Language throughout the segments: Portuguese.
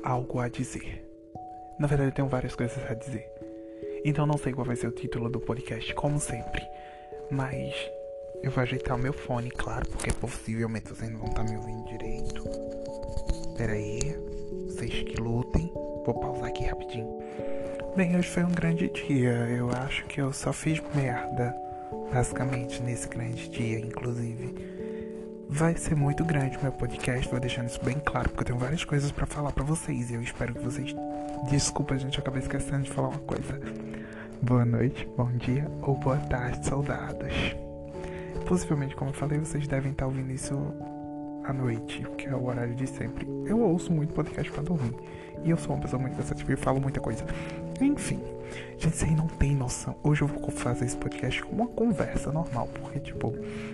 algo a dizer. Na verdade, eu tenho várias coisas a dizer. Então não sei qual vai ser o título do podcast, como sempre. Mas eu vou ajeitar o meu fone, claro, porque possivelmente vocês não vão estar me ouvindo direito. Pera aí, vocês que lutem. Vou pausar aqui rapidinho. Bem, hoje foi um grande dia. Eu acho que eu só fiz merda, basicamente, nesse grande dia, inclusive. Vai ser muito grande o meu podcast, vou deixando isso bem claro, porque eu tenho várias coisas pra falar pra vocês. E eu espero que vocês... Desculpa, gente, eu acabei esquecendo de falar uma coisa. Boa noite, bom dia ou boa tarde, soldados. Possivelmente, como eu falei, vocês devem estar ouvindo isso à noite, que é o horário de sempre. Eu ouço muito podcast pra dormir. E eu sou uma pessoa muito cansativa e falo muita coisa. Enfim, gente, vocês não tem noção. Hoje eu vou fazer esse podcast como uma conversa normal, porque, tipo...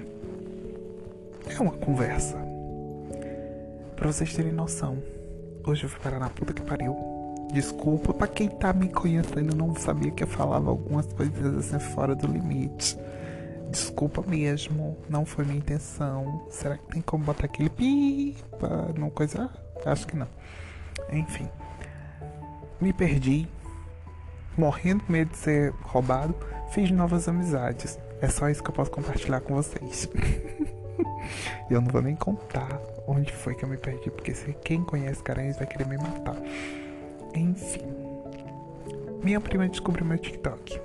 É uma conversa. Pra vocês terem noção. Hoje eu fui parar na puta que pariu. Desculpa pra quem tá me conhecendo. Não sabia que eu falava algumas coisas assim fora do limite. Desculpa mesmo. Não foi minha intenção. Será que tem como botar aquele pipa? Não coisa? Acho que não. Enfim. Me perdi. Morrendo de medo de ser roubado. Fiz novas amizades. É só isso que eu posso compartilhar com vocês. Eu não vou nem contar onde foi que eu me perdi, porque se quem conhece Garanhuns vai querer me matar. Enfim, minha prima descobriu meu TikTok.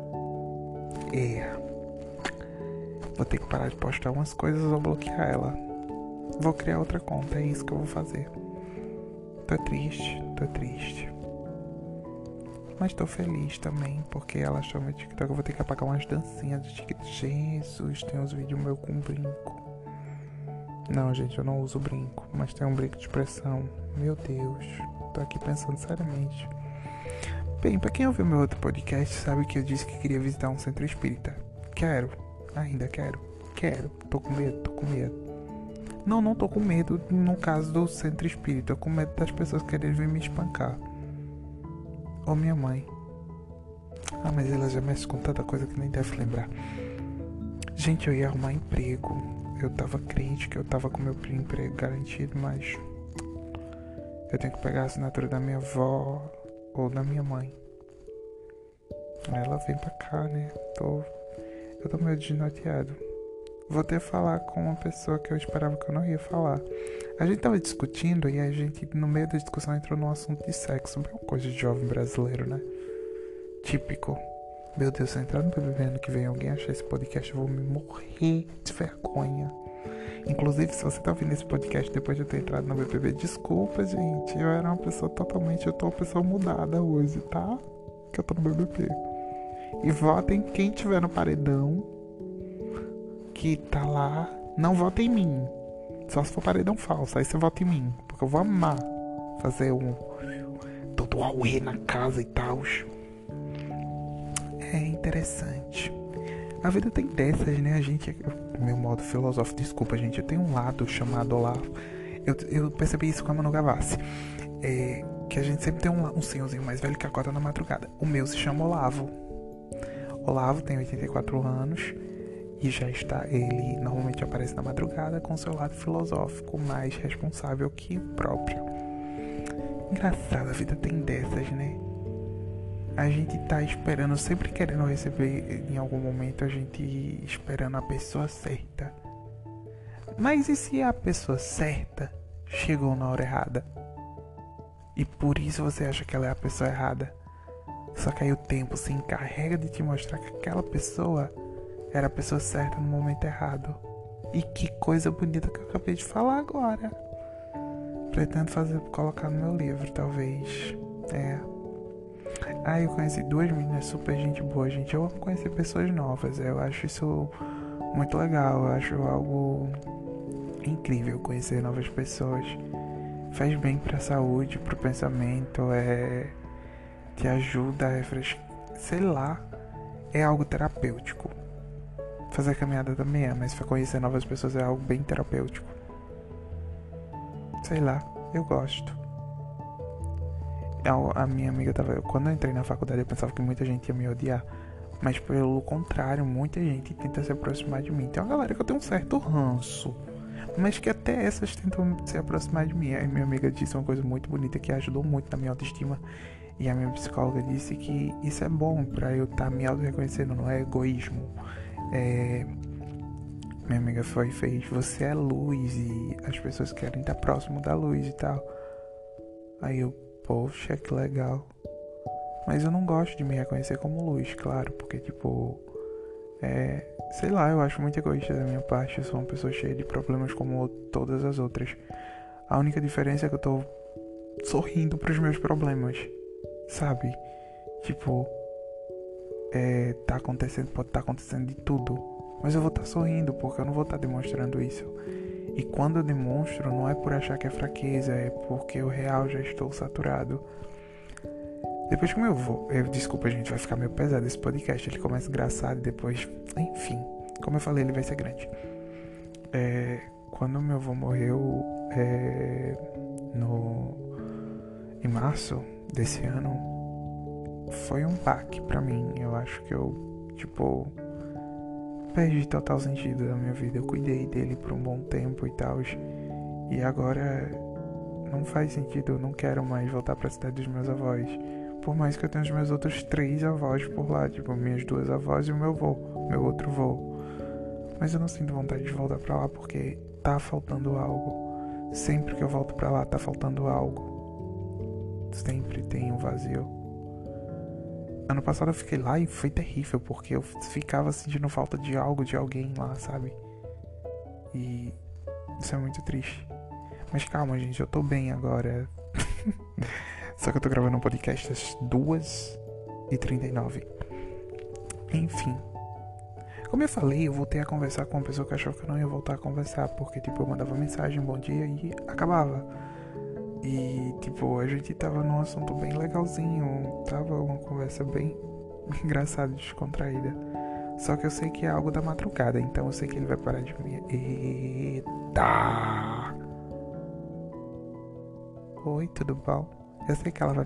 Vou ter que parar de postar umas coisas ou bloquear ela. Vou criar outra conta, é isso que eu vou fazer. Tô triste. Mas tô feliz também, porque ela achou meu TikTok. Eu vou ter que apagar umas dancinhas do TikTok. Jesus, tem uns vídeos meus com brinco. Não, gente, eu não uso brinco, mas tem um brinco de expressão. Meu Deus, tô aqui pensando seriamente. Bem, pra quem ouviu meu outro podcast, sabe que eu disse que queria visitar um centro espírita. Ainda quero. Tô com medo. Não tô com medo no caso do centro espírita. Tô com medo das pessoas quererem vir me espancar. Ou minha mãe. Mas ela já mexe com tanta coisa que nem deve lembrar. Gente, eu ia arrumar emprego. Eu tava crente que eu tava com meu emprego garantido, mas eu tenho que pegar a assinatura da minha avó ou da minha mãe. Ela vem pra cá, né? Eu tô meio desnorteado. Vou até falar com uma pessoa que eu esperava que eu não ia falar. A gente tava discutindo e a gente, no meio da discussão, entrou num assunto de sexo. Bem coisa de jovem brasileiro, né? Típico. Meu Deus, se eu entrar no BBB ano que vem alguém achar esse podcast, eu vou me morrer de vergonha. Inclusive, se você tá ouvindo esse podcast depois de eu ter entrado no BBB, desculpa, gente. Eu era uma pessoa totalmente... Eu tô uma pessoa mudada hoje, tá? Que eu tô no BBB. E votem quem tiver no paredão que tá lá. Não vota em mim. Só se for paredão falso. Aí você vota em mim. Porque eu vou amar fazer todo o auê na casa e tal. É interessante. A vida tem dessas, né? Meu modo filosófico, desculpa, gente. Eu tenho um lado chamado Olavo. Eu percebi isso com a Manu Gavassi. Que a gente sempre tem um senhorzinho mais velho que acorda na madrugada. O meu se chama Olavo. Olavo tem 84 anos. E já está... Ele normalmente aparece na madrugada com seu lado filosófico mais responsável que o próprio. Engraçado, a vida tem dessas, né? A gente tá esperando, sempre querendo receber em algum momento, a gente esperando a pessoa certa. Mas e se a pessoa certa chegou na hora errada? E por isso você acha que ela é a pessoa errada? Só que aí o tempo se encarrega de te mostrar que aquela pessoa era a pessoa certa no momento errado. E que coisa bonita que eu acabei de falar agora. Pretendo colocar no meu livro, talvez. Eu conheci 2 meninas super gente boa, gente. Eu amo conhecer pessoas novas. Eu acho isso muito legal. Eu acho algo incrível conhecer novas pessoas. Faz bem pra saúde, pro pensamento. Te ajuda a refrescar. Sei lá. É algo terapêutico. Fazer caminhada também mas conhecer novas pessoas é algo bem terapêutico. Sei lá. Eu gosto. A minha amiga quando eu entrei na faculdade eu pensava que muita gente ia me odiar, mas pelo contrário, muita gente tenta se aproximar de mim. Tem uma galera que eu tenho um certo ranço, mas que até essas tentam se aproximar de mim. Aí minha amiga disse uma coisa muito bonita que ajudou muito na minha autoestima. E a minha psicóloga disse que isso é bom pra eu estar me auto-reconhecendo, não é egoísmo. Minha amiga fez, você é luz e as pessoas querem estar próximo da luz e tal. Aí eu, poxa, que legal. Mas eu não gosto de me reconhecer como luz, claro, porque tipo, sei lá, eu acho muito egoísta da minha parte. Eu sou uma pessoa cheia de problemas como todas as outras. A única diferença é que eu tô sorrindo pros meus problemas, sabe? Tipo, tá acontecendo, pode estar acontecendo de tudo, mas eu vou estar sorrindo porque eu não vou estar demonstrando isso. E quando eu demonstro, não é por achar que é fraqueza, é porque eu real já estou saturado. Depois como eu vou, desculpa gente, vai ficar meio pesado esse podcast, ele começa engraçado e depois, enfim, como eu falei, ele vai ser grande. Quando meu avô morreu, em março desse ano, foi um baque pra mim. Eu acho que eu, tipo, perdi total sentido da minha vida. Eu cuidei dele por um bom tempo e tal, e agora não faz sentido. Eu não quero mais voltar pra cidade dos meus avós, por mais que eu tenha os meus outros 3 avós por lá, tipo, minhas 2 avós e o meu avô, meu outro avô. Mas eu não sinto vontade de voltar pra lá porque tá faltando algo. Sempre que eu volto pra lá tá faltando algo. Sempre tem um vazio. Ano passado eu fiquei lá e foi terrível porque eu ficava sentindo falta de algo, de alguém lá, sabe? E isso é muito triste. Mas calma, gente, eu tô bem agora. Só que eu tô gravando um podcast às 2h39. Enfim. Como eu falei, eu voltei a conversar com uma pessoa que achou que eu não ia voltar a conversar. Porque, tipo, eu mandava mensagem, bom dia, e acabava. E, tipo, a gente tava num assunto bem legalzinho. Tava uma conversa bem engraçada, descontraída. Só que eu sei que é algo da madrugada, então eu sei que ele vai parar de mim. Eita! Oi, tudo bom? Eu sei que ela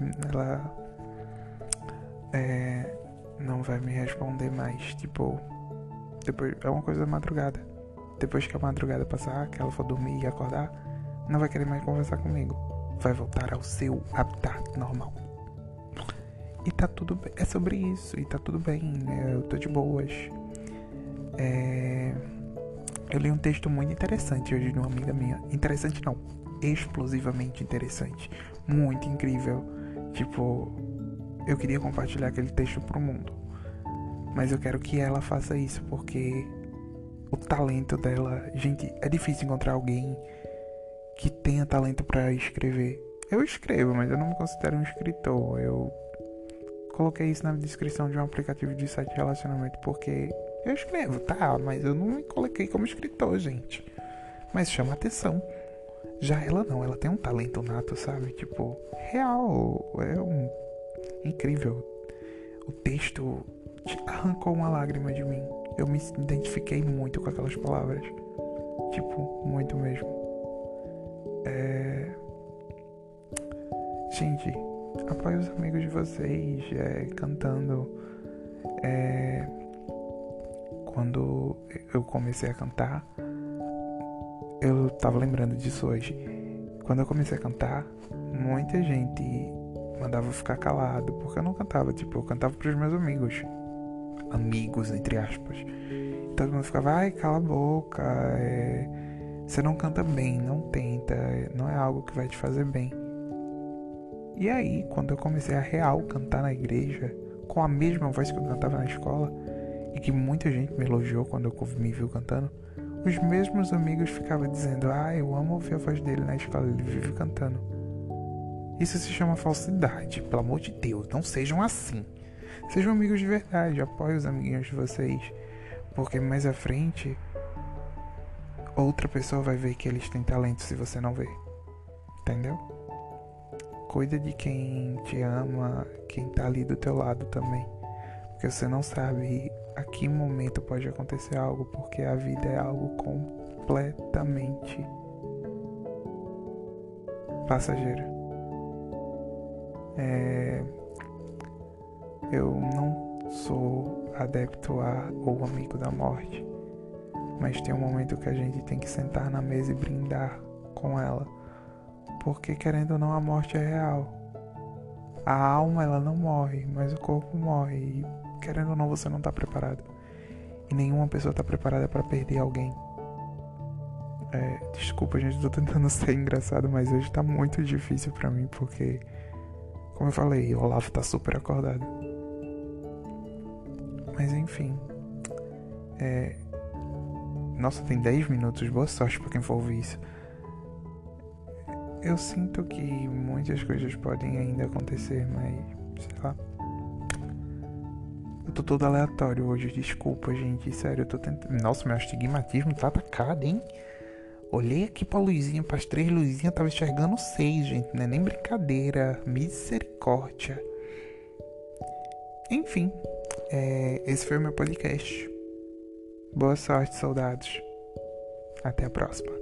não vai me responder mais, tipo, depois é uma coisa da madrugada. Depois que a madrugada passar, que ela for dormir e acordar, não vai querer mais conversar comigo. Vai voltar ao seu habitat normal. E tá tudo bem, é sobre isso, e tá tudo bem, eu tô de boas. Eu li um texto muito interessante hoje de uma amiga minha. Interessante não, explosivamente interessante. Muito incrível. Tipo, eu queria compartilhar aquele texto pro mundo, mas eu quero que ela faça isso, porque o talento dela... Gente, é difícil encontrar alguém que tenha talento pra escrever. Eu escrevo, mas eu não me considero um escritor. Eu coloquei isso na descrição de um aplicativo de site de relacionamento porque eu escrevo, tá? Mas eu não me coloquei como escritor, gente. Mas chama atenção. Já ela não, ela tem um talento nato, sabe? Tipo, real, incrível. O texto arrancou uma lágrima de mim. Eu me identifiquei muito com aquelas palavras. Tipo, muito mesmo. Gente, apoie os amigos de vocês cantando. Quando eu comecei a cantar, eu tava lembrando disso hoje. Quando eu comecei a cantar, muita gente mandava eu ficar calado, porque eu não cantava, tipo, eu cantava pros meus amigos. Amigos, entre aspas. E todo mundo ficava, ai, cala a boca, você não canta bem, não tenta, não é algo que vai te fazer bem. E aí, quando eu comecei a real cantar na igreja, com a mesma voz que eu cantava na escola, e que muita gente me elogiou quando eu me viu cantando, os mesmos amigos ficavam dizendo, eu amo ouvir a voz dele na escola, ele vive cantando. Isso se chama falsidade, pelo amor de Deus, não sejam assim. Sejam amigos de verdade, apoiem os amiguinhos de vocês, porque mais à frente, outra pessoa vai ver que eles têm talento se você não vê. Entendeu? Cuida de quem te ama, quem tá ali do teu lado também. Porque você não sabe a que momento pode acontecer algo, porque a vida é algo completamente passageiro. Eu não sou adepto ou amigo da morte, mas tem um momento que a gente tem que sentar na mesa e brindar com ela. Porque, querendo ou não, a morte é real. A alma, ela não morre, mas o corpo morre. E, querendo ou não, você não tá preparado. E nenhuma pessoa tá preparada pra perder alguém. Desculpa, gente, tô tentando ser engraçado, mas hoje tá muito difícil pra mim, porque, como eu falei, o Olavo tá super acordado. Mas enfim. Nossa, tem 10 minutos, boa sorte pra quem for ouvir isso. Eu sinto que muitas coisas podem ainda acontecer, mas, sei lá. Eu tô todo aleatório hoje, desculpa, gente, sério, eu tô tentando... Nossa, meu astigmatismo tá atacado, hein? Olhei aqui pra luzinha, pras 3 luzinhas, tava enxergando 6, gente, não é nem brincadeira, misericórdia. Enfim, esse foi o meu podcast. Boa sorte, soldados. Até a próxima.